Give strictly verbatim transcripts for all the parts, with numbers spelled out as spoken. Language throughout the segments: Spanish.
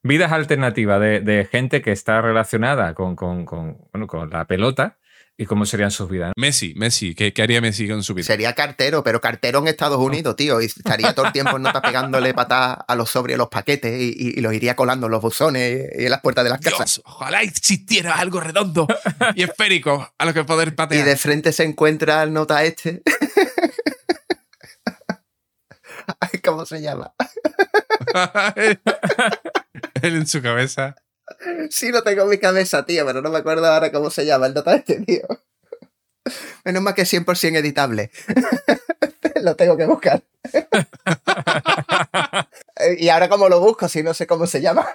vidas alternativas de, de gente que está relacionada con, con, con, bueno, con la pelota y cómo serían sus vidas, ¿no? Messi, Messi, ¿qué, qué haría Messi con su vida? Sería cartero, pero cartero en Estados Unidos, tío. Y estaría todo el tiempo en nota pegándole patadas a los sobres, a los paquetes y, y, y los iría colando en los buzones y en las puertas de las casas. Dios, ojalá existiera algo redondo y esférico a lo que poder patear. Y de frente se encuentra el nota este. ¿Cómo se llama? Él en su cabeza. Sí, lo tengo en mi cabeza, tío, pero no me acuerdo ahora cómo se llama el nota este, tío. Menos mal que es cien por ciento editable. Lo tengo que buscar. Y ahora cómo lo busco si no sé cómo se llama.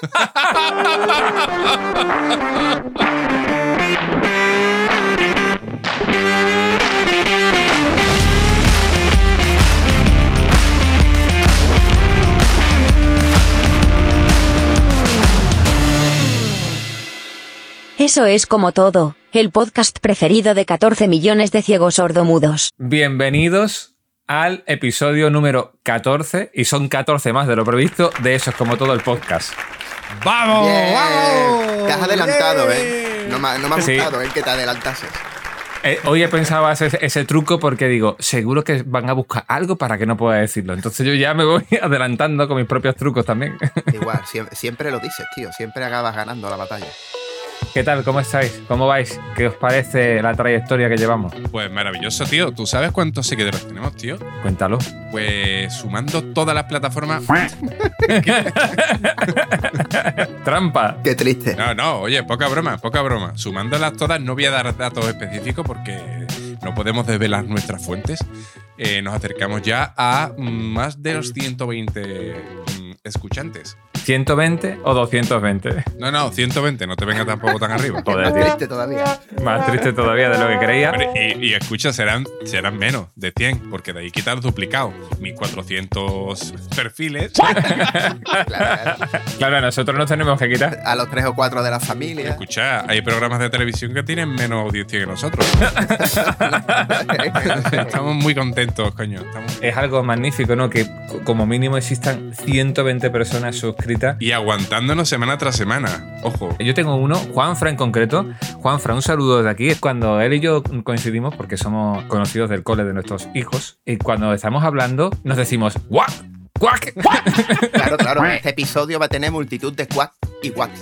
Eso es como todo, el podcast preferido de catorce millones de ciegos sordomudos. Bienvenidos al episodio número catorce, y son catorce más de lo previsto, de Eso es como todo el podcast. ¡Vamos! Bien. ¡Vamos! Te has adelantado, Bien. ¿eh? No me, no me ha Sí. gustado, ¿eh? Que te adelantases. Eh, hoy he pensado hacer ese truco porque digo, seguro que van a buscar algo para que no pueda decirlo. Entonces yo ya me voy adelantando con mis propios trucos también. Igual, siempre, siempre lo dices, tío. Siempre acabas ganando la batalla. ¿Qué tal? ¿Cómo estáis? ¿Cómo vais? ¿Qué os parece la trayectoria que llevamos? Pues maravilloso, tío. ¿Tú sabes cuántos seguidores tenemos, tío? Cuéntalo. Pues sumando todas las plataformas... ¡Trampa! Qué triste. No, no, oye, poca broma, poca broma. Sumándolas todas, no voy a dar datos específicos porque no podemos desvelar nuestras fuentes. Eh, nos acercamos ya a más de los ciento veinte mm, escuchantes. ¿ciento veinte o doscientos veinte? No, no, ciento veinte, no te venga tampoco tan arriba. Joder, Más tío. triste todavía. Más triste todavía de lo que creía. Hombre, Y, y escucha, serán, serán menos de cien, porque de ahí quitar duplicado mil cuatrocientos perfiles. Claro, claro. Claro, a nosotros nos tenemos que quitar. A los tres o cuatro de la familia. Escucha, hay programas de televisión que tienen menos audiencia que nosotros. Estamos muy contentos, coño. Estamos... Es algo magnífico, ¿no? Que como mínimo existan ciento veinte personas suscritas. Y aguantándonos semana tras semana. Ojo. Yo tengo uno, Juanfra en concreto. Juanfra, un saludo desde aquí. Cuando él y yo coincidimos, porque somos conocidos del cole de nuestros hijos, y cuando estamos hablando, nos decimos ¡guac! ¡Guac! ¡Guac! Claro, claro. Este episodio va a tener multitud de quack y guac.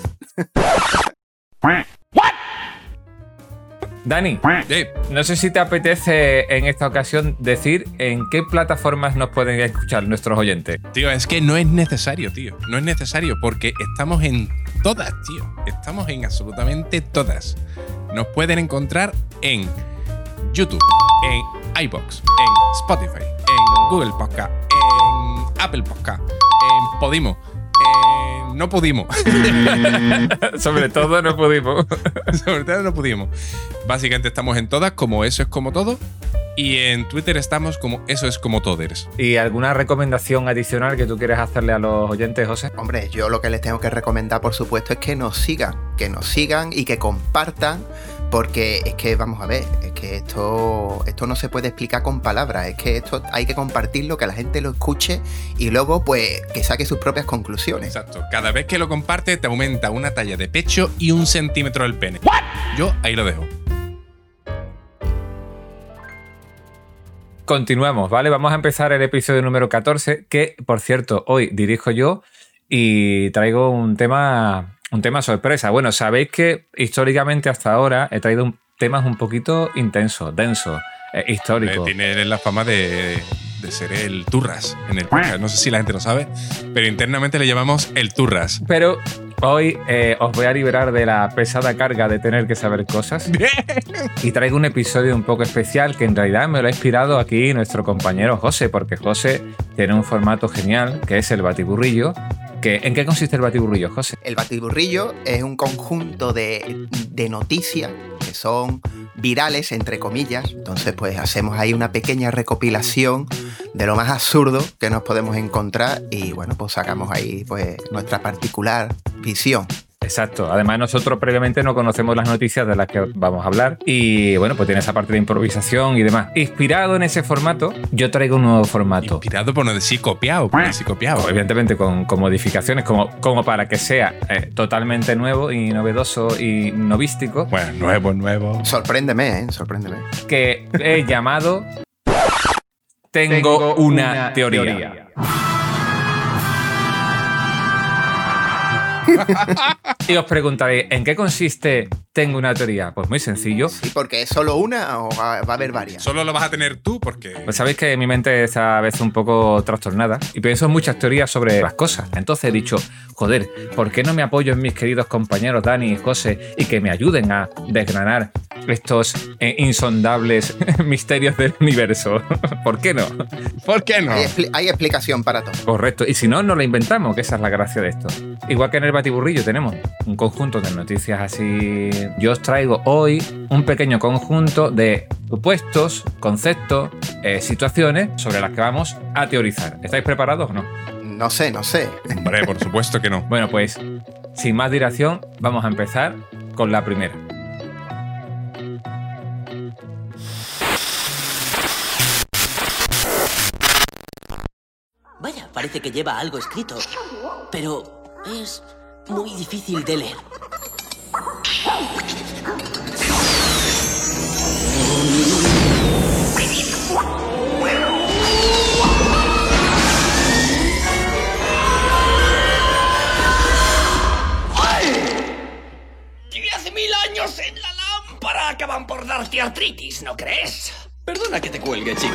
Dani, Eh, no sé si te apetece en esta ocasión decir en qué plataformas nos pueden escuchar nuestros oyentes. tío, es que no es necesario, tío. No es necesario porque estamos en todas, tío. Estamos en absolutamente todas. Nos pueden encontrar en YouTube, en iVoox, en Spotify, en Google Podcast, en Apple Podcast, en Podimo, en No Pudimos. Sobre todo no pudimos. Sobre todo no pudimos. Básicamente estamos en todas como Eso es como todo. Y en Twitter estamos como Eso es como toders. ¿Y alguna recomendación adicional que tú quieres hacerle a los oyentes, José? Hombre, yo lo que les tengo que recomendar, por supuesto, es que nos sigan. Que nos sigan y que compartan. Porque es que, vamos a ver, es que esto, esto no se puede explicar con palabras. Es que esto hay que compartirlo, que la gente lo escuche y luego, pues, que saque sus propias conclusiones. Exacto. Cada vez que lo comparte te aumenta una talla de pecho y un centímetro del pene. Yo ahí lo dejo. Continuamos, ¿vale? Vamos a empezar el episodio número catorce, que, por cierto, hoy dirijo yo y traigo un tema, un tema sorpresa. Bueno, sabéis que históricamente hasta ahora he traído un, temas un poquito intensos, densos, eh, Eh, históricos. tiene la fama de, de ser el turras en el podcast. No sé si la gente lo sabe, pero internamente le llamamos el turras. Pero hoy eh, os voy a liberar de la pesada carga de tener que saber cosas. Y traigo un episodio un poco especial que en realidad me lo ha inspirado aquí nuestro compañero José, porque José tiene un formato genial que es el batiburrillo. Que, ¿en qué consiste el batiburrillo, José? El batiburrillo es un conjunto de, de noticias que son virales, entre comillas. Entonces, pues hacemos ahí una pequeña recopilación de lo más absurdo que nos podemos encontrar y, bueno, pues sacamos ahí pues nuestra particular visión. Exacto. Además, nosotros previamente no conocemos las noticias de las que vamos a hablar y, bueno, pues tiene esa parte de improvisación y demás. Inspirado en ese formato, yo traigo un nuevo formato. Inspirado por no decir copiado, por no decir copiado. Pues, evidentemente con, con modificaciones, como, como para que sea eh, totalmente nuevo y novedoso y novístico. Bueno, nuevo, nuevo. Sorpréndeme, ¿eh? Sorpréndeme. Que he llamado Tengo, Tengo una, una teoría. teoría. Y os preguntaréis, ¿en qué consiste Tengo una teoría? Pues muy sencillo. Sí, porque es solo una o va, va a haber varias. Solo lo vas a tener tú porque... Pues sabéis que mi mente está a veces un poco trastornada y pienso en muchas teorías sobre las cosas. Entonces he dicho, joder, ¿por qué no me apoyo en mis queridos compañeros Dani y José y que me ayuden a desgranar estos eh, insondables misterios del universo? ¿Por qué no? ¿Por qué no? Hay, expli- hay explicación para todo. Correcto. Y si no, no la inventamos, que esa es la gracia de esto. Igual que en el Batiburrillo tenemos un conjunto de noticias así. Yo os traigo hoy un pequeño conjunto de supuestos, conceptos, eh, situaciones sobre las que vamos a teorizar. ¿Estáis preparados o no? No sé, no sé. Hombre, por supuesto que no. Bueno, pues sin más dilación, vamos a empezar con la primera. Vaya, parece que lleva algo escrito, pero es muy difícil de leer. Diez mil años en la lámpara acaban por darte artritis, ¿no crees? Perdona que te cuelgue, chico.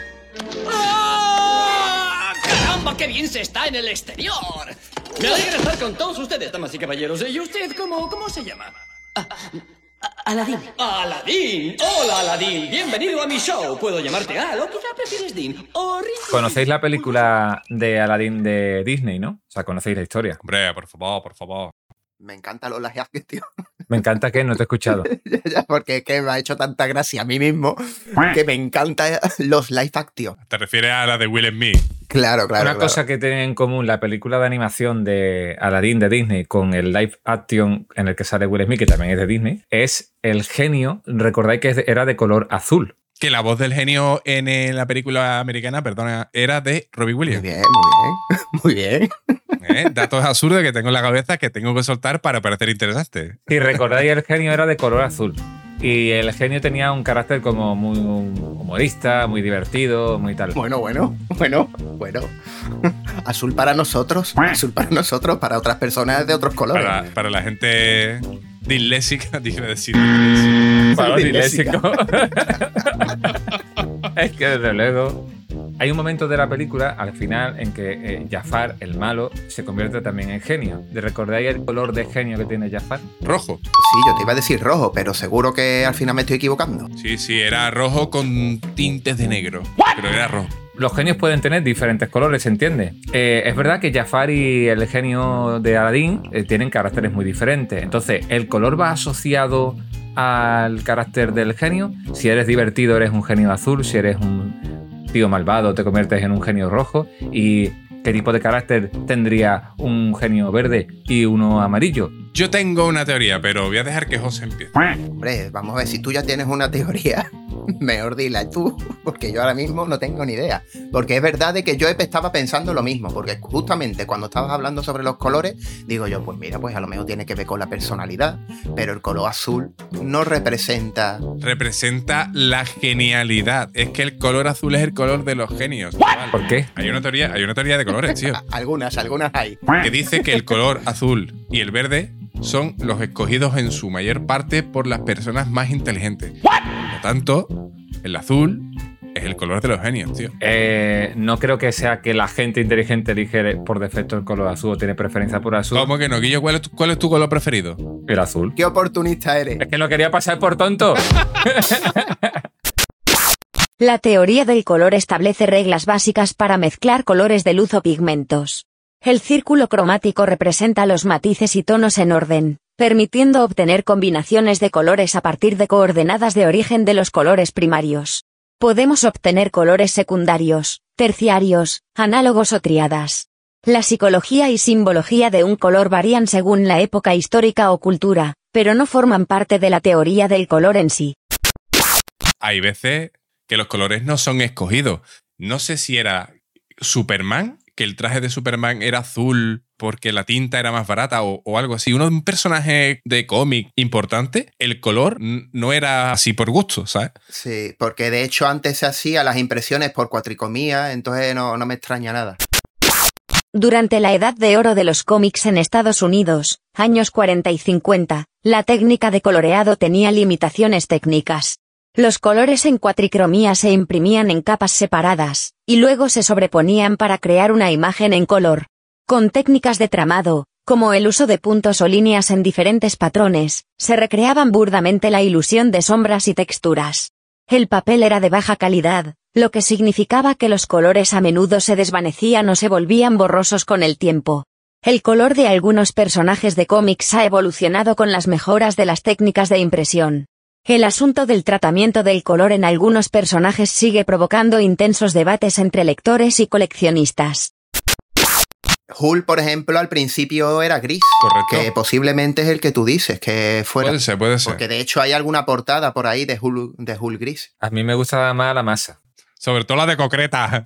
¡Ah! ¡Caramba, qué bien se está en el exterior! Me alegra estar con todos ustedes, damas y caballeros. ¿Y usted cómo, cómo se llama? Ah, Aladín. ¡Aladín! ¡Hola, Aladín! Bienvenido a mi show. Puedo llamarte Al o quizá prefieres Dean. O Ricky. Conocéis la película de Aladín de Disney, ¿no? O sea, conocéis la historia. Hombre, por favor, por favor. Me encanta los live action, tío. Me encanta que no te he escuchado. Porque es que me ha hecho tanta gracia a mí mismo que me encantan los live action. ¿Te refieres a la de Will Smith? Claro, claro. Una claro. cosa que tiene en común la película de animación de Aladdin de Disney con el live action en el que sale Will Smith, que también es de Disney, es el genio. Recordáis que era de color azul. Que la voz del genio en la película americana, perdona, era de Robbie Muy Williams. bien, muy bien. Muy bien. ¿Eh? Datos absurdos que tengo en la cabeza que tengo que soltar para parecer interesante. Si recordáis, el genio era de color azul. Y el genio tenía un carácter como muy humorista, muy divertido, muy tal. Bueno, bueno, bueno, bueno. Azul para nosotros, azul para nosotros, para otras personas de otros colores. Para, para la gente disléxica, dije decir. Para los Disléxica. disléxicos. Es que desde luego hay un momento de la película al final en que eh, Jafar, el malo, se convierte también en genio. ¿Recordáis el color de genio que tiene Jafar? Rojo. Sí, yo te iba a decir rojo, pero seguro que al final me estoy equivocando. Sí, sí, era rojo con tintes de negro. Pero era rojo. Los genios pueden tener diferentes colores, ¿se entiende? Eh, es verdad que Jafar y el genio de Aladín eh, tienen caracteres muy diferentes. Entonces, ¿el color va asociado al carácter del genio? Si eres divertido, eres un genio azul. Si eres un tío malvado, te conviertes en un genio rojo. ¿Y qué tipo de carácter tendría un genio verde y uno amarillo? Yo tengo una teoría, pero voy a dejar que José empiece. Hombre, vamos a ver, si tú ya tienes una teoría, mejor dila tú, porque yo ahora mismo no tengo ni idea. Porque es verdad de que yo estaba pensando lo mismo, porque justamente cuando estabas hablando sobre los colores, digo yo, pues mira, pues a lo mejor tiene que ver con la personalidad, pero el color azul no representa... Representa la genialidad. Es que el color azul es el color de los genios. Chaval. ¿Por qué? Hay una teoría, hay una teoría de colores, tío. Algunas, algunas hay. Que dice que el color azul y el verde son los escogidos en su mayor parte por las personas más inteligentes. Por lo tanto, el azul es el color de los genios, tío. Eh, no creo que sea que la gente inteligente elige por defecto el color azul o tiene preferencia por azul. ¿Cómo que no, Guillo? ¿Cuál es tu, cuál es tu color preferido? El azul. ¿Qué oportunista eres? Es que lo quería pasar por tonto. La teoría del color establece reglas básicas para mezclar colores de luz o pigmentos. El círculo cromático representa los matices y tonos en orden, permitiendo obtener combinaciones de colores a partir de coordenadas de origen de los colores primarios. Podemos obtener colores secundarios, terciarios, análogos o triadas. La psicología y simbología de un color varían según la época histórica o cultura, pero no forman parte de la teoría del color en sí. Hay veces que los colores no son escogidos. No sé si era Superman, que el traje de Superman era azul porque la tinta era más barata o, o algo así. Uno, un personaje de cómic importante, el color n- no era así por gusto, ¿sabes? Sí, porque de hecho antes se hacía las impresiones por cuatricomía, entonces no, no me extraña nada. Durante la edad de oro de los cómics en Estados Unidos, años cuarenta y cincuenta, la técnica de coloreado tenía limitaciones técnicas. Los colores en cuatricromía se imprimían en capas separadas, y luego se sobreponían para crear una imagen en color. Con técnicas de tramado, como el uso de puntos o líneas en diferentes patrones, se recreaban burdamente la ilusión de sombras y texturas. El papel era de baja calidad, lo que significaba que los colores a menudo se desvanecían o se volvían borrosos con el tiempo. El color de algunos personajes de cómics ha evolucionado con las mejoras de las técnicas de impresión. El asunto del tratamiento del color en algunos personajes sigue provocando intensos debates entre lectores y coleccionistas. Hulk, por ejemplo, al principio era gris. Correcto. Que posiblemente es el que tú dices, que fuera. Puede ser, puede ser. Porque de hecho hay alguna portada por ahí de Hulk, de Hulk gris. A mí me gusta más la masa. Sobre todo la de concreta.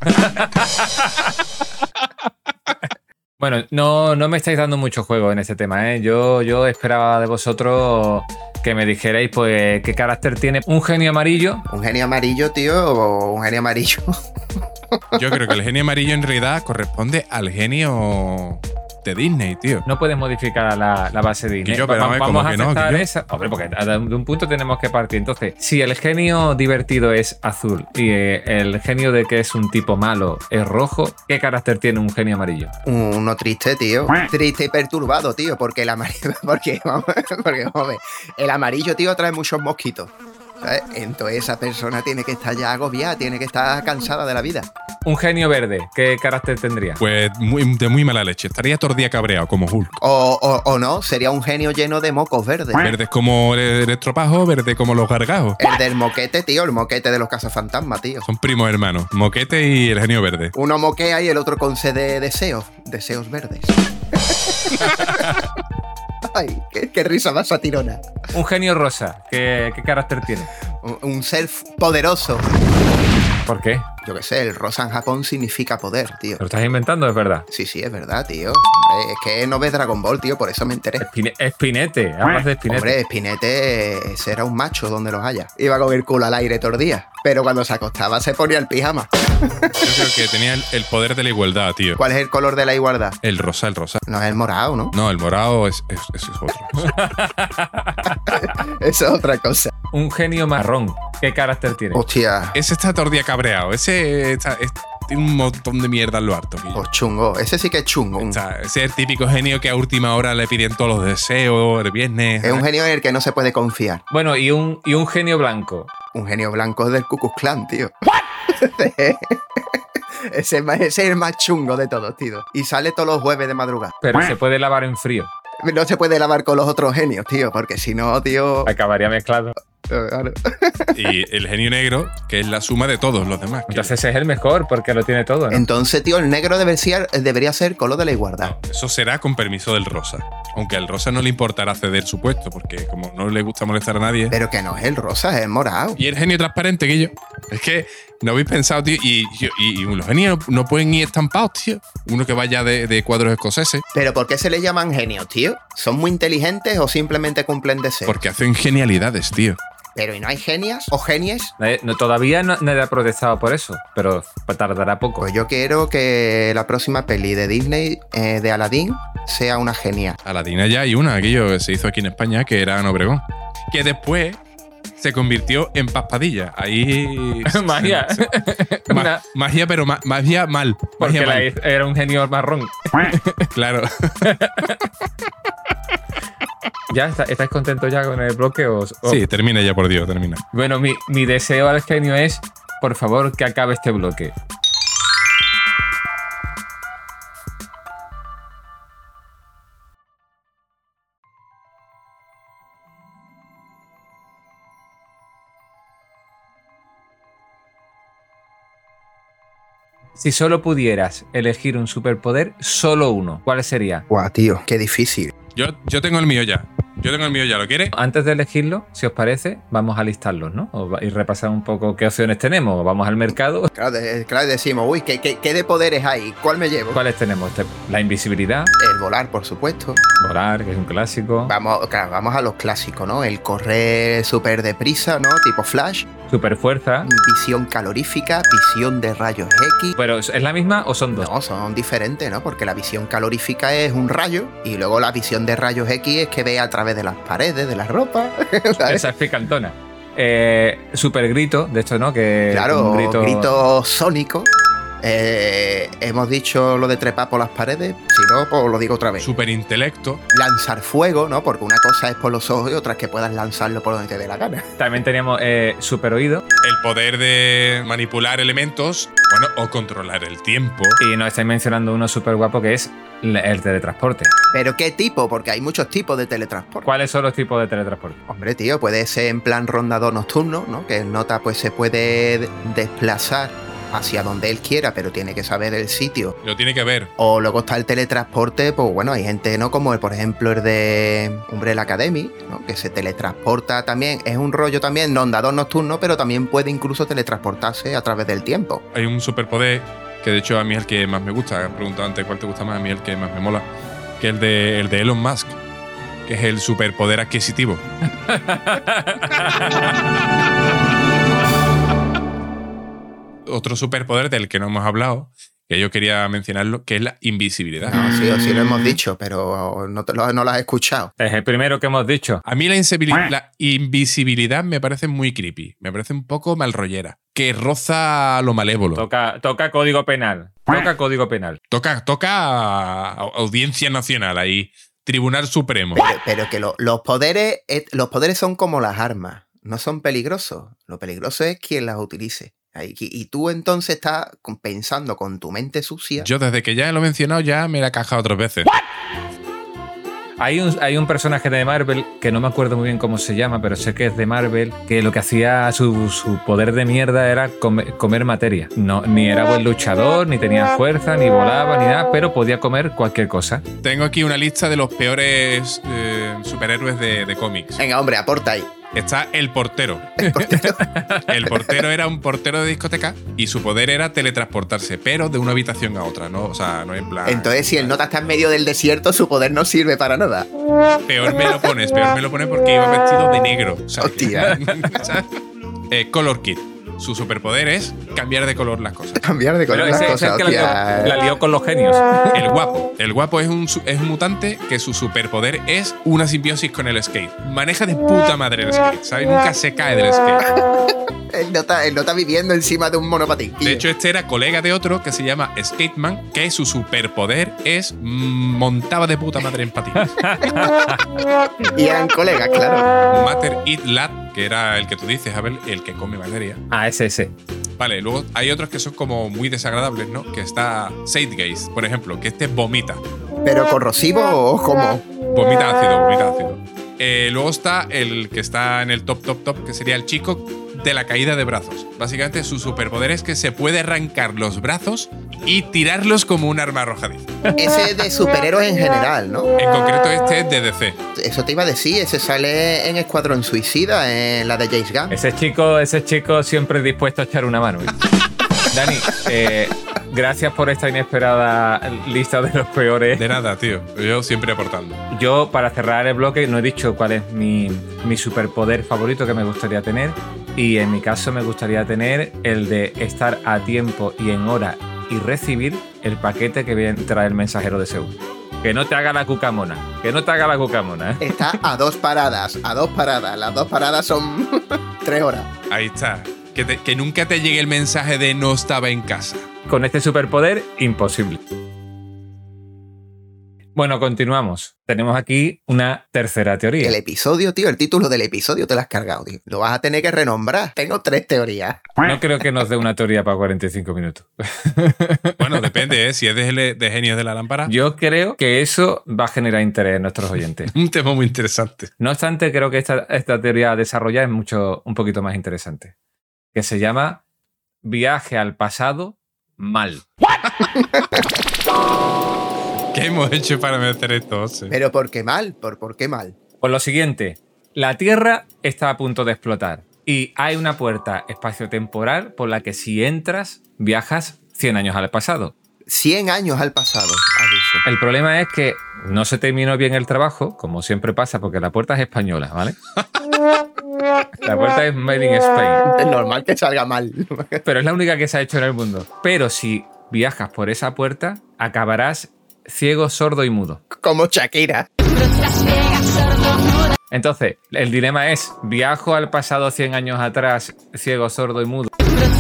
Bueno, no, no me estáis dando mucho juego en este tema, ¿eh? Yo, yo esperaba de vosotros que me dijerais, pues, qué carácter tiene un genio amarillo. Un genio amarillo, tío, o un genio amarillo. Yo creo que el genio amarillo en realidad corresponde al genio de Disney, tío. No puedes modificar la, la base Disney. Guillo, pero Va- vamos, vamos ¿cómo a que no, aceptar Guillo? esa. Hombre, porque de un punto tenemos que partir. Entonces, si el genio divertido es azul y eh, el genio de que es un tipo malo es rojo, ¿qué carácter tiene un genio amarillo? Uno triste, tío. Triste y perturbado, tío. Porque el amarillo. Porque, vamos, porque, vamos a ver, el amarillo, tío, trae muchos mosquitos. ¿Sabes? Entonces esa persona tiene que estar ya agobiada, tiene que estar cansada de la vida. Un genio verde, ¿qué carácter tendría? Pues muy- de muy mala leche. Estaría todo el día cabreado, como Hulk. O, o, o no, sería un genio lleno de mocos verdes. Verdes como el electropajo, verde como los gargajos. El del moquete, tío, el moquete de los cazafantasmas, tío. Son primos hermanos. Moquete y el genio verde. Uno moquea y el otro concede deseos, deseos verdes. Ay, qué, qué risa más satirona. Un genio rosa, ¿qué, qué carácter tiene? Un, un ser poderoso. ¿Por qué? Yo qué sé, el rosa en Japón significa poder, tío. ¿Lo estás inventando? Es verdad. Sí, sí, es verdad, tío. Hombre, es que no ves Dragon Ball, tío, por eso me enteré. Espine- Espinete, hablas de Espinete. Hombre, Spinete ese era un macho donde los haya. Iba con el culo al aire todo el día. Pero cuando se acostaba se ponía el pijama. Yo creo que tenía el, el poder de la igualdad, tío. ¿Cuál es el color de la igualdad? El rosa, el rosa. No es el morado, ¿no? No, el morado es, es, es otro. Eso es otra cosa. Un genio marrón, ¿qué carácter tiene? Hostia, Ese está todo el día cabreado. Ese está- es- tiene un montón de mierda en lo harto. Guillo. pues chungo. Ese sí que es chungo. Un- Está- ese es el típico genio que a última hora le piden todos los deseos el viernes. Es un genio en el que no se puede confiar. Bueno, y un, y un genio blanco. Un genio blanco del Ku Klux Klan, tío. ese, es más- ese es el más chungo de todos, tío. Y sale todos los jueves de madrugada. Pero se puede lavar en frío. No se puede lavar con los otros genios, tío, porque si no, tío... Acabaría mezclado. Claro. Y el genio negro, que es la suma de todos los demás. que- Entonces es el mejor porque lo tiene todo, ¿no? Entonces, tío, el negro debería ser, debería ser color de la igualdad. No, eso será con permiso del rosa. Aunque al rosa no le importará ceder su puesto, porque como no le gusta molestar a nadie. Pero que no es el rosa, es el morado. Y el genio transparente, Guillo. Es que no habéis pensado, tío. Y, y- y los genios no pueden ir estampados, tío. Uno que vaya de, de cuadros escoceses. ¿Pero por qué se le llaman genios, tío? ¿Son muy inteligentes o simplemente cumplen deseos? Porque hacen genialidades, tío. ¿Pero y no hay genias o genies? Nadie- no, todavía no- nadie ha protestado por eso, pero tardará poco. Pues yo quiero que la próxima peli de Disney, eh, de Aladdin, sea una genia. Aladina ya hay una, aquello que se hizo aquí en España, que era Ana Obregón. Que después se convirtió en Paspadilla. Ahí. Magia. se- ma- Una- magia, pero ma- magia mal. porque Magia la- mal. era un genio marrón. Claro. ¿Ya está- estáis contentos ya con el bloque? O, o- Sí, termina ya, por Dios, termina. Bueno, mi, mi deseo al genio es, por favor, que acabe este bloque. Si solo pudieras elegir un superpoder, solo uno, ¿cuál sería? Guau, tío, qué difícil. Yo, yo tengo el mío ya. Yo tengo el mío ya, ¿lo quieres? Antes de elegirlo, si os parece, vamos a listarlos, ¿no? O- Y repasar un poco qué opciones tenemos. Vamos al mercado. Claro, de- claro, decimos, uy, ¿qué, qué, qué de poderes hay? ¿Cuál me llevo? ¿Cuáles tenemos? Te- La invisibilidad, El volar, por supuesto. volar, que es un clásico. Vamos, claro, vamos a los clásicos, ¿no? El correr súper deprisa, ¿no? Tipo Flash. Superfuerza. Visión calorífica, visión de rayos X. ¿Pero es la misma o son dos? No, son diferentes, ¿no? Porque la visión calorífica es un rayo y luego la visión de rayos X es que ve a través de las paredes, de la ropa. ¿sabes? Esa es picantona. Eh, super grito, de hecho, ¿no? Que Claro, un grito, grito... sónico. Eh, hemos dicho lo de trepar por las paredes, si no, pues lo digo otra vez. Superintelecto. Lanzar fuego, ¿no? Porque una cosa es por los ojos y otra es que puedas lanzarlo por donde te dé la gana. También teníamos eh, super oído. El poder de manipular elementos, bueno, o controlar el tiempo. Y nos estáis mencionando uno súper guapo que es l- el teletransporte. ¿Pero qué tipo? Porque hay muchos tipos de teletransporte. ¿Cuáles son los tipos de teletransporte? Hombre, tío, puede ser en plan rondador nocturno, ¿no? Que el nota pues se puede desplazar hacia donde él quiera, pero tiene que saber el sitio. Lo tiene que ver. O luego está el teletransporte, pues bueno, hay gente, ¿no? Como el, por ejemplo el de Umbrella Academy, ¿no? Que se teletransporta también, es un rollo también rondador nocturno, pero también puede incluso teletransportarse a través del tiempo. Hay un superpoder que de hecho a mí es el que más me gusta. He preguntado antes cuál te gusta más, a mí es el que más me mola. Que es el de, el de Elon Musk, que es el superpoder adquisitivo. Otro superpoder del que no hemos hablado, que yo quería mencionarlo, que es la invisibilidad. No, sí, sí lo hemos dicho, pero no, te lo, no lo has escuchado. Es el primero que hemos dicho. A mí la, insibili- la invisibilidad me parece muy creepy, me parece un poco malrollera, que roza lo malévolo. Toca, toca código penal. Toca código penal. Toca, toca Audiencia Nacional ahí, Tribunal Supremo. Pero, pero que lo- los poderes, eh, los poderes son como las armas, no son peligrosos. Lo peligroso es quien las utilice. Y, y tú entonces estás con- pensando con tu mente sucia. Yo desde que ya lo he mencionado ya me la he cajado otras veces. Hay un, hay un personaje de Marvel que no me acuerdo muy bien cómo se llama, pero sé que es de Marvel, que lo que hacía su, su poder de mierda era come- comer materia. No, ni era buen luchador, ni tenía fuerza, ni volaba, ni nada, pero podía comer cualquier cosa. Tengo aquí una lista de los peores eh, superhéroes de, de cómics. Venga, hombre, aporta ahí. Está el portero. El portero. El portero era un portero de discoteca y su poder era teletransportarse, pero de una habitación a otra, ¿no? O sea, no en plan... Entonces, si el nota está en medio del desierto, su poder no sirve para nada. Peor me lo pones, peor me lo pones porque iba vestido de negro. O sea, Hostia. ¿sabes? Eh, Color Kid. Su superpoder es cambiar de color las cosas. Cambiar de Pero color las ese es el cosas, que la hostia. lió, la lió con los genios. El guapo. El guapo es un, su- es un mutante que su superpoder es una simbiosis con el skate. Maneja de puta madre el skate, ¿sabes? Nunca se cae del skate. El nota, el nota viviendo encima de un monopatín. De hecho, este era colega de otro que se llama Skateman, que su superpoder es mm, montaba de puta madre en patines. Y eran colegas, claro. Matter Eat Lad, que era el que tú dices, Abel, el que come materia. Ah, ese, ese. Vale, luego hay otros que son como muy desagradables, ¿no? Que está Zeitgeist, por ejemplo, que este vomita. ¿Pero corrosivo o cómo? Vomita ácido, vomita ácido. Eh, luego está el que está en el top, top, top, que sería el chico de la caída de brazos. Básicamente su superpoder es que se puede arrancar los brazos y tirarlos como un arma arrojadiza. Ese es de superhéroes en general, ¿no? En concreto este es de D C. Eso te iba a decir, ese sale en Escuadrón Suicida, en la de James Gunn. Ese chico, ese chico siempre dispuesto a echar una mano. ¿eh? Dani, eh, gracias por esta inesperada lista de los peores. De nada, tío. Yo siempre aportando. Yo, para cerrar el bloque, no he dicho cuál es mi, mi superpoder favorito que me gustaría tener. Y en mi caso me gustaría tener el de estar a tiempo y en hora y recibir el paquete que viene trae el mensajero de Seúl. Que no te haga la cucamona. Que no te haga la cucamona. ¿eh? Está a dos paradas, a dos paradas. Las dos paradas son tres horas. Ahí está. Que, te- que nunca te llegue el mensaje de no estaba en casa. Con este superpoder, imposible. Bueno, continuamos. Tenemos aquí una tercera teoría. El episodio, tío, el título del episodio te lo has cargado, tío. Lo vas a tener que renombrar. Tengo tres teorías. No creo que nos dé una teoría para cuarenta y cinco minutos. Bueno, depende, ¿eh? Si es de, de Genios de la Lámpara. Yo creo que eso va a generar interés en nuestros oyentes. Un tema muy interesante. No obstante, creo que esta, esta teoría desarrollada es mucho, un poquito más interesante. Que se llama viaje al pasado mal. ¿Qué hemos hecho para merecer esto, José? ¿Pero por qué mal? ¿Por, por qué mal? Pues lo siguiente, la Tierra está a punto de explotar y hay una puerta espaciotemporal por la que si entras, viajas cien años al pasado. cien años al pasado, has dicho. El problema es que no se terminó bien el trabajo, como siempre pasa, porque la puerta es española, ¿vale? La puerta es Made in Spain. Es normal que salga mal. Pero es la única que se ha hecho en el mundo. Pero si viajas por esa puerta, acabarás ciego, sordo y mudo. Como Shakira. Entonces, el dilema es, ¿viajo al pasado cien años atrás, ciego, sordo y mudo?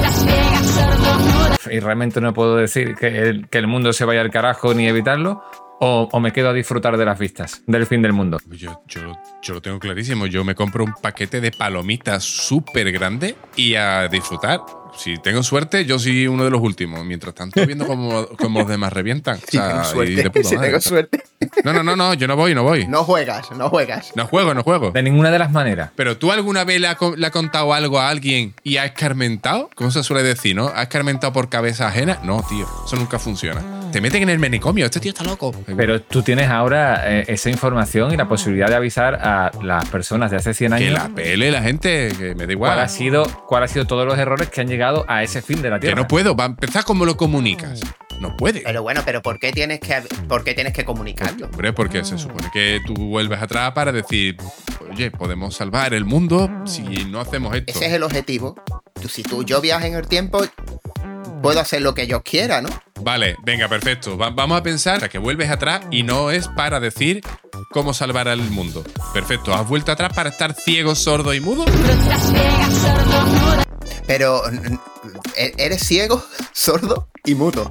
Y realmente no puedo decir que el, que el mundo se vaya al carajo ni evitarlo. O, o me quedo a disfrutar de las vistas del fin del mundo. Yo, yo, yo lo tengo clarísimo. Yo me compro un paquete de palomitas súper grande y a disfrutar. Si tengo suerte, yo soy uno de los últimos. Mientras tanto, viendo cómo, cómo los demás revientan. Si o sea, tengo suerte, y de puta si madre. tengo suerte. No, no, no, no, yo no voy, no voy. No juegas, no juegas. No juego, no juego. De ninguna de las maneras. Pero ¿tú alguna vez le has, le has contado algo a alguien y has escarmentado? ¿Cómo se suele decir, no? ¿Has escarmentado por cabeza ajena? No, tío, eso nunca funciona. Te meten en el manicomio, este tío está loco. Pero tú tienes ahora eh, esa información y la posibilidad de avisar a las personas de hace cien años Que la pele la gente, que me da igual. cuál ha sido, cuál ha sido todos los errores que han llegado a ese fin de la Que Tierra. no puedo, va a empezar como lo comunicas. No puede. Pero bueno, pero ¿por qué tienes que, por qué tienes que comunicarlo? Hombre, porque se supone que tú vuelves atrás para decir, oye, podemos salvar el mundo si no hacemos esto. Ese es el objetivo. Tú, si tú yo viajo en el tiempo, puedo hacer lo que yo quiera, ¿no? Vale, venga, perfecto. Va- vamos a pensar que vuelves atrás y no es para decir cómo salvar al mundo. Perfecto, has vuelto atrás para estar ciego, sordo y mudo. Pero e- eres ciego, sordo y mudo.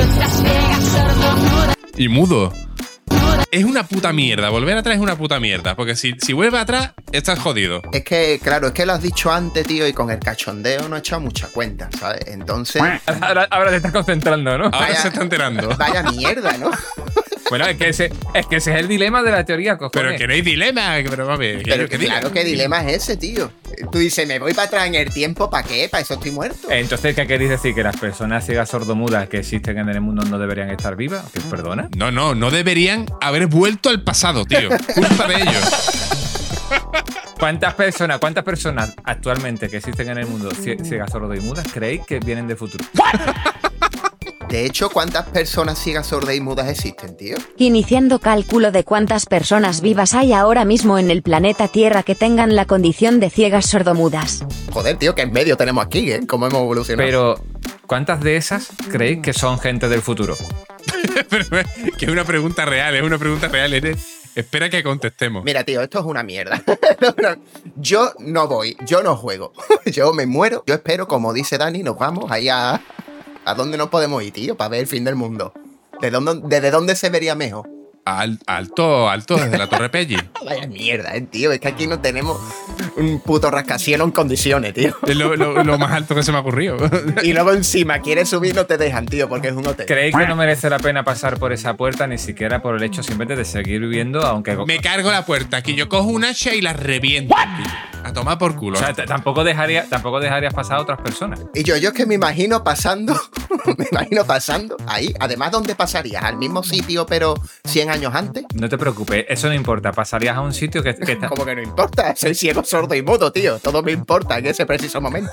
Y mudo. Es una puta mierda. Volver atrás es una puta mierda. Porque si, si vuelves atrás, estás jodido. Es que, claro, es que lo has dicho antes, tío, y con el cachondeo no he echado mucha cuenta, ¿sabes? Entonces, Ahora, ahora te estás concentrando, ¿no? Ahora Vaya- se está enterando. vaya mierda, ¿no? Bueno, es que, ese, es que ese es el dilema de la teoría, cojones. Pero que no hay dilema. Pero vamos, que Pero yo que diga. claro, ¿qué dilema es ese, tío? Tú dices, me voy para atrás en el tiempo, ¿para qué? ¿Para eso estoy muerto? Entonces, ¿qué queréis decir? ¿Que las personas ciegas sordomudas que existen en el mundo no deberían estar vivas? ¿Que perdona? No, no, no deberían haber vuelto al pasado, tío. Culpa de ellos. ¿Cuántas personas, cuántas personas actualmente que existen en el mundo cie- ciegas, sordas y mudas creéis que vienen de futuro? De hecho, ¿cuántas personas ciegas, sordas y mudas existen, tío? Iniciando cálculo de cuántas personas vivas hay ahora mismo en el planeta Tierra que tengan la condición de ciegas sordomudas. Joder, tío, que en medio tenemos aquí, ¿eh? ¿Cómo hemos evolucionado? Pero, ¿cuántas de esas creéis que son gente del futuro? Pero, que es una pregunta real, es una pregunta real. Eres- Espera que contestemos. Mira, tío, esto es una mierda. Yo no voy, yo no juego. Yo me muero. Yo espero, como dice Dani, nos vamos ahí a... ¿A dónde nos podemos ir, tío? Para ver el fin del mundo. ¿De dónde, ¿Desde dónde se vería mejor? Al- alto, alto, desde la Torre Pelli. Vaya mierda, eh, tío. Es que aquí no tenemos un puto rascacielos en condiciones, tío. Es lo, lo- lo más alto que se me ha ocurrido. Y luego encima quieres subir, no te dejan, tío, porque es un hotel. ¿Creéis que no merece la pena pasar por esa puerta ni siquiera por el hecho simplemente de seguir viviendo, aunque... Me cargo la puerta, que yo cojo un hacha y la reviento. A tomar por culo. O sea, t- tampoco, dejaría, tampoco dejarías pasar a otras personas. Y yo, yo es que me imagino pasando, me imagino pasando ahí. Además, ¿dónde pasarías? ¿Al mismo sitio, pero cien años antes? No te preocupes, eso no importa. Pasarías a un sitio que, que está... Como que no importa, soy ciego, sordo y mudo, tío. Todo me importa en ese preciso momento.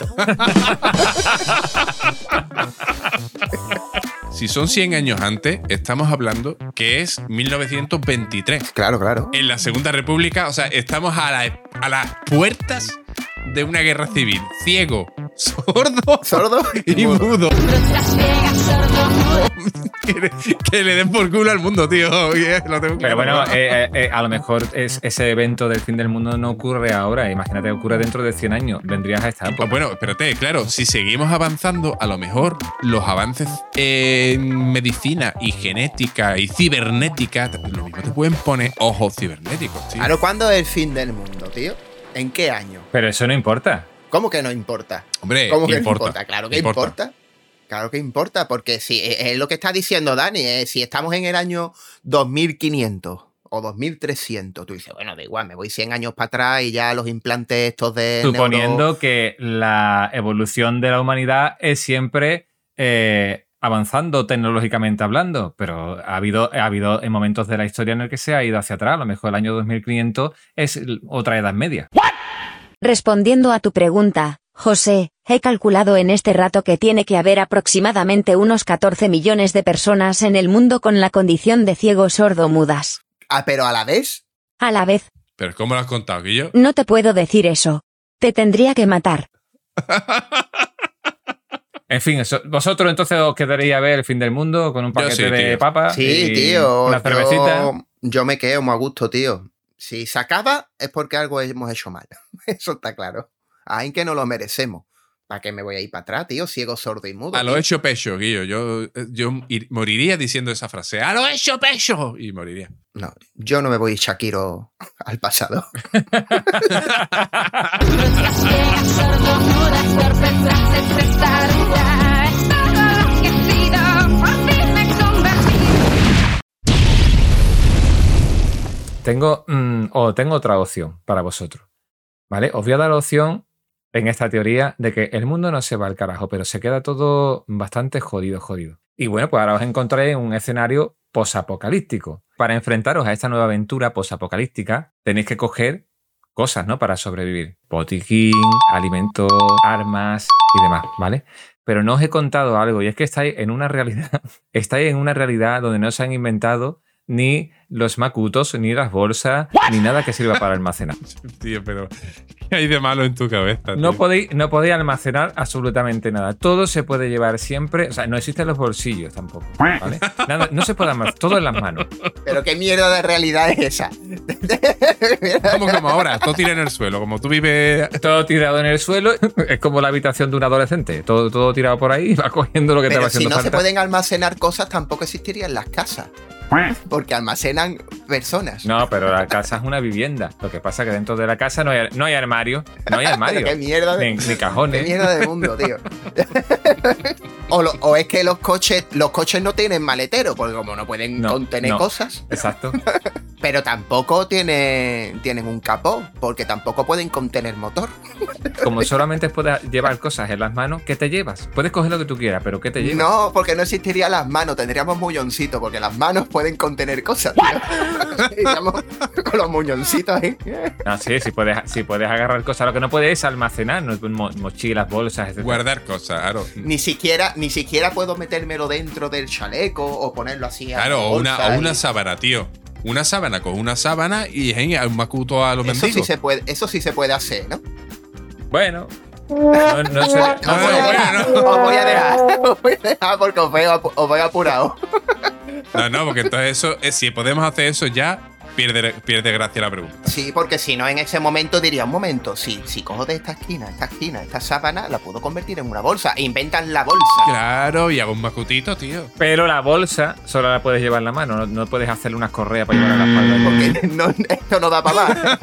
Si son cien años antes, estamos hablando que es mil novecientos veintitrés. Claro, claro. En la Segunda República, o sea, estamos a, la- a las puertas de una guerra civil. Ciego, sordo Sordo y mudo. que, le, que le den por culo al mundo, tío. Lo tengo Pero claro. bueno, eh, eh, eh, a lo mejor es, ese evento del fin del mundo no ocurre ahora. Imagínate que ocurre dentro de cien años. Vendrías a esta Pues época. bueno, espérate, claro, si seguimos avanzando, a lo mejor los avances en medicina y genética y cibernética, lo mismo te pueden poner ojos cibernéticos, tío. Claro, ¿cuándo es el fin del mundo, tío? ¿En qué año? Pero eso no importa. ¿Cómo que no importa? Hombre, ¿Cómo que importa, no importa? Claro que importa. Claro que importa, porque si es lo que está diciendo Dani, eh, si estamos en el año dos mil quinientos o dos mil trescientos, tú dices, bueno, da igual, me voy cien años para atrás y ya los implantes estos de Suponiendo neuro- que la evolución de la humanidad es siempre eh, avanzando tecnológicamente hablando, pero ha habido, ha habido momentos de la historia en el que se ha ido hacia atrás. A lo mejor el año dos mil quinientos es otra edad media. Respondiendo a tu pregunta, José, he calculado en este rato que tiene que haber aproximadamente unos catorce millones de personas en el mundo con la condición de ciego sordo mudas. Ah, pero a la vez. A la vez. ¿Pero cómo lo has contado, Guillo? No te puedo decir eso. Te tendría que matar. En fin, eso, vosotros entonces os quedaréis a ver el fin del mundo con un paquete sí, de tío. papas Sí, y tío. una cervecita. Yo, yo me quedo muy a gusto, tío. Si se acaba es porque algo hemos hecho mal. Eso está claro. Ay, que no lo merecemos. ¿Para qué me voy a ir para atrás, tío? Ciego, sordo y mudo. A lo tío. hecho pecho, Guillo. Yo, yo ir- moriría diciendo esa frase. ¡A lo hecho pecho! Y moriría. No, yo no me voy Shakiro al pasado. Tengo, mm, o tengo otra opción para vosotros. ¿Vale? Os voy a dar la opción en esta teoría de que el mundo no se va al carajo, pero se queda todo bastante jodido, jodido. Y bueno, pues ahora os encontráis en un escenario posapocalíptico. Para enfrentaros a esta nueva aventura posapocalíptica, tenéis que coger cosas, ¿no? Para sobrevivir. Botiquín, alimentos, armas y demás, ¿vale? Pero no os he contado algo, y es que estáis en una realidad, estáis en una realidad donde no se han inventado ni los macutos, ni las bolsas, ni nada que sirva para almacenar. Tío, pero ¿qué hay de malo en tu cabeza, tío? No podéis, no podéis almacenar absolutamente nada. Todo se puede llevar siempre. O sea, no existen los bolsillos tampoco, ¿vale? Nada, no se puede almacenar. Todo en las manos. Pero qué mierda de realidad es esa. Como, como ahora, todo tira en el suelo. Como tú vives... Todo tirado en el suelo. Es como la habitación de un adolescente. Todo, todo tirado por ahí. Va cogiendo lo que te Pero va si haciendo no se falta. pueden almacenar cosas, tampoco existirían las casas. Porque almacenan personas. No, pero la casa es una vivienda. Lo que pasa es que dentro de la casa no hay, no hay armario. No hay armario. Pero qué mierda de, Ni, ni cajones. qué mierda de mundo, tío. o, lo- o es que los coches, los coches no tienen maletero, porque como no pueden No, contener no. cosas, Exacto. pero tampoco tienen, tienen un capó, porque tampoco pueden contener motor. Como solamente puedes llevar cosas en las manos, ¿qué te llevas? Puedes coger lo que tú quieras, pero ¿qué te llevas? No, porque no existirían las manos, tendríamos muñoncitos, porque las manos pueden contener cosas, tío. Iríamos con los muñoncitos ahí. Ah, sí, sí puedes, sí puedes agarrar cosas. Lo que no puedes es almacenar, no, mo- mochilas, bolsas, etcétera. Guardar cosas, claro. Ni siquiera, ni siquiera puedo metérmelo dentro del chaleco o ponerlo así a Claro, la o una, bolsa o una y- sábana, tío. Una sábana con una sábana y hey, un macuto a los Eso mendigos. sí se puede, eso sí se puede hacer, ¿no? Bueno. No, no sería- Os no voy, sería- a dejar, os voy a dejar, os voy a dejar porque os veo, apu- os veo apurado. No, no, porque entonces eso, eh, si podemos hacer eso ya, pierde, pierde gracia la pregunta. Sí, porque si no en ese momento diría, un momento, si, si cojo de esta esquina, esta esquina, esta sábana, la puedo convertir en una bolsa. E inventan la bolsa. Claro, y hago un macutito, tío. Pero la bolsa solo la puedes llevar en la mano. No, no puedes hacerle unas correas para llevar a la espalda. Porque no, esto no da para más.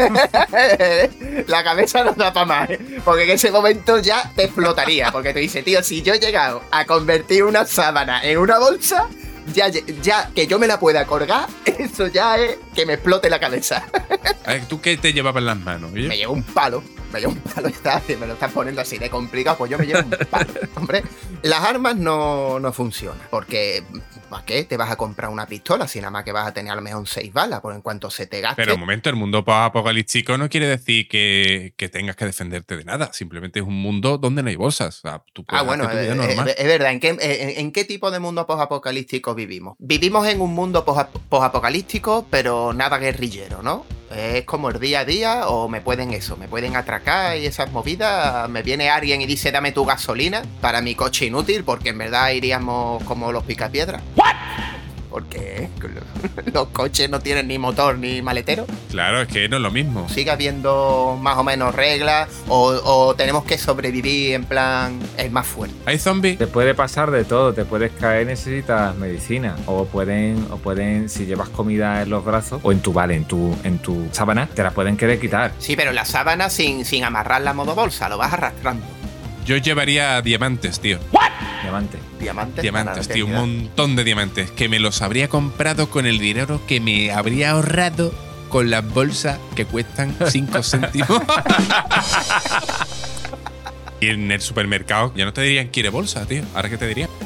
La cabeza no da para más. Porque en ese momento ya te explotaría. Porque te dice, tío, si yo he llegado a convertir una sábana en una bolsa, ya, ya que yo me la pueda colgar, eso ya es que me explote la cabeza. A ver, ¿tú qué te llevabas en las manos? Guillo? Me llevo un palo. Me llevo un palo y está, me lo estás poniendo así de complicado, pues yo me llevo un palo. Hombre, las armas no, no funcionan. Porque, ¿para qué te vas a comprar una pistola si nada más que vas a tener a lo mejor seis balas? Por en cuanto se te gaste. Pero un momento, el mundo apocalíptico no quiere decir que, que tengas que defenderte de nada. Simplemente es un mundo donde no hay bolsas. O sea, tú puedes Ah, bueno, hacer tu vida es, normal. es- es verdad. ¿En qué, en, en qué tipo de mundo posapocalíptico vivimos? Vivimos en un mundo posa- posapocalíptico, pero nada guerrillero, ¿no? Es como el día a día, o me pueden eso, me pueden atracar y esas movidas. Me viene alguien y dice, dame tu gasolina para mi coche inútil, porque en verdad iríamos como los picapiedras. Porque los coches no tienen ni motor ni maletero. Claro, es que no es lo mismo. Sigue habiendo más o menos reglas, o, o tenemos que sobrevivir en plan el más fuerte. ¿Hay zombies? Te puede pasar de todo, te puedes caer, necesitas medicina. O pueden, o pueden, si llevas comida en los brazos, o en tu vale, en tu, en tu sábana, te la pueden querer quitar. Sí, pero la sábana sin, sin amarrarla a modo bolsa, lo vas arrastrando. Yo llevaría diamantes, tío. Diamante. Diamantes. Diamantes, para la tío. Un eternidad. montón de diamantes. Que me los habría comprado con el dinero que me habría ahorrado con las bolsas que cuestan cinco céntimos. Y en el supermercado ya no te dirían quiere bolsa, tío. Ahora qué te dirían.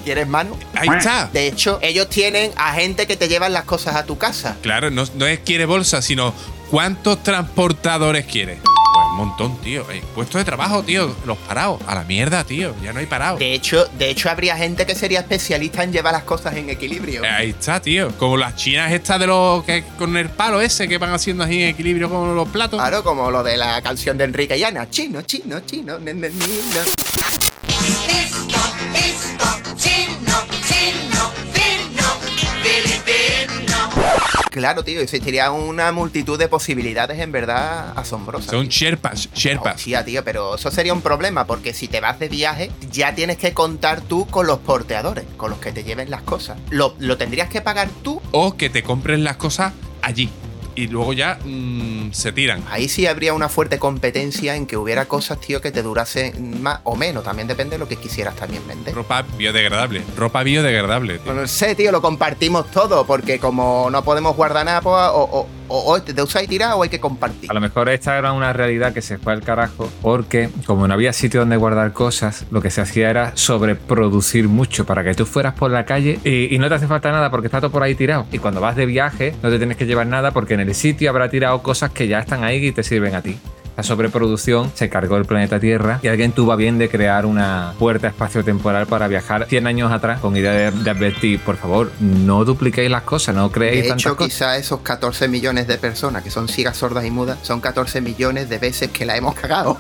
¿Quieres mano? Ahí está. De hecho, ellos tienen a gente que te llevan las cosas a tu casa. Claro, no, no es quiere bolsa, sino ¿cuántos transportadores quiere? Pues un montón, tío. Eh, puestos de trabajo, tío. Los parados. A la mierda, tío. Ya no hay parados. De hecho, de hecho, habría gente que sería especialista en llevar las cosas en equilibrio. Eh, ahí está, tío. Como las chinas estas de los que con el palo ese que van haciendo así en equilibrio con los platos. Claro, como lo de la canción de Enrique y Ana. Chino, chino, chino. Ne, ne, ne, ne. Esto, esto, chino, chino, fino, filipino. Claro, tío, existiría una multitud de posibilidades en verdad asombrosas. Son sherpas, sherpas. Hostia, tío, pero eso sería un problema porque si te vas de viaje ya tienes que contar tú con los porteadores, con los que te lleven las cosas. ¿Lo, lo tendrías que pagar tú? O que te compres las cosas allí. Y luego ya mmm, se tiran. Ahí sí habría una fuerte competencia en que hubiera cosas, tío, que te durasen más o menos. También depende de lo que quisieras también vender. Ropa biodegradable. Ropa biodegradable, tío. No, no sé, tío, lo compartimos todo, porque como no podemos guardar nada, pues, o, o, o, o te usas y tiras o hay que compartir. A lo mejor esta era una realidad que se fue al carajo porque como no había sitio donde guardar cosas, lo que se hacía era sobreproducir mucho para que tú fueras por la calle y, y no te hace falta nada porque está todo por ahí tirado. Y cuando vas de viaje no te tienes que llevar nada porque en el sitio habrá tirado cosas que ya están ahí y te sirven a ti. La sobreproducción se cargó el planeta Tierra y alguien tuvo a bien de crear una puerta espacio-temporal para viajar cien años atrás con idea de, de advertir, por favor, no dupliquéis las cosas, no creéis De tantas hecho, cosas. quizá esos catorce millones de personas que son ciegas, sordas y mudas son catorce millones de veces que la hemos cagado.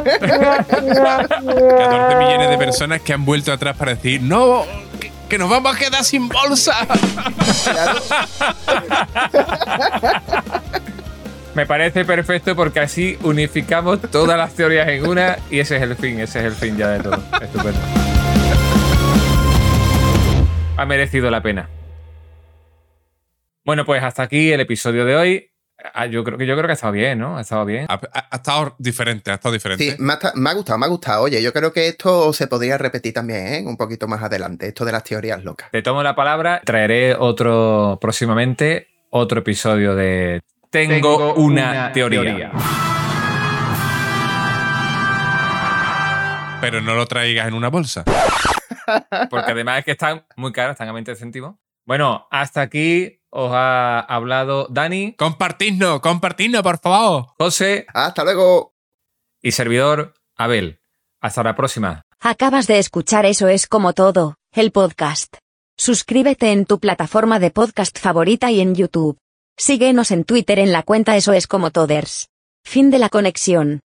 catorce millones de personas que han vuelto atrás para decir, no, que, que nos vamos a quedar sin bolsa. Claro. Me parece perfecto porque así unificamos todas las teorías en una y ese es el fin, ese es el fin ya de todo. Estupendo. Ha merecido la pena. Bueno, pues hasta aquí el episodio de hoy. Ah, Yo creo que yo creo que ha estado bien, ¿no? Ha estado bien. Ha, ha- ha estado diferente, ha estado diferente. Sí, me ha, me ha gustado, me ha gustado. Oye, yo creo que esto se podría repetir también, ¿eh? Un poquito más adelante, esto de las teorías locas. Te tomo la palabra. Traeré otro próximamente, otro episodio de Tengo, Tengo una, una teoría. teoría. Pero no lo traigas en una bolsa. Porque además es que están muy caros, están a veinte céntimos. Bueno, hasta aquí os ha hablado Dani, Compartidnos, compartidnos, por favor. José Hasta luego. y servidor Abel. Hasta la próxima. Acabas de escuchar Eso es como todo, el podcast. Suscríbete en tu plataforma de podcast favorita y en YouTube. Síguenos en Twitter en la cuenta Eso es como Toders. Fin de la conexión.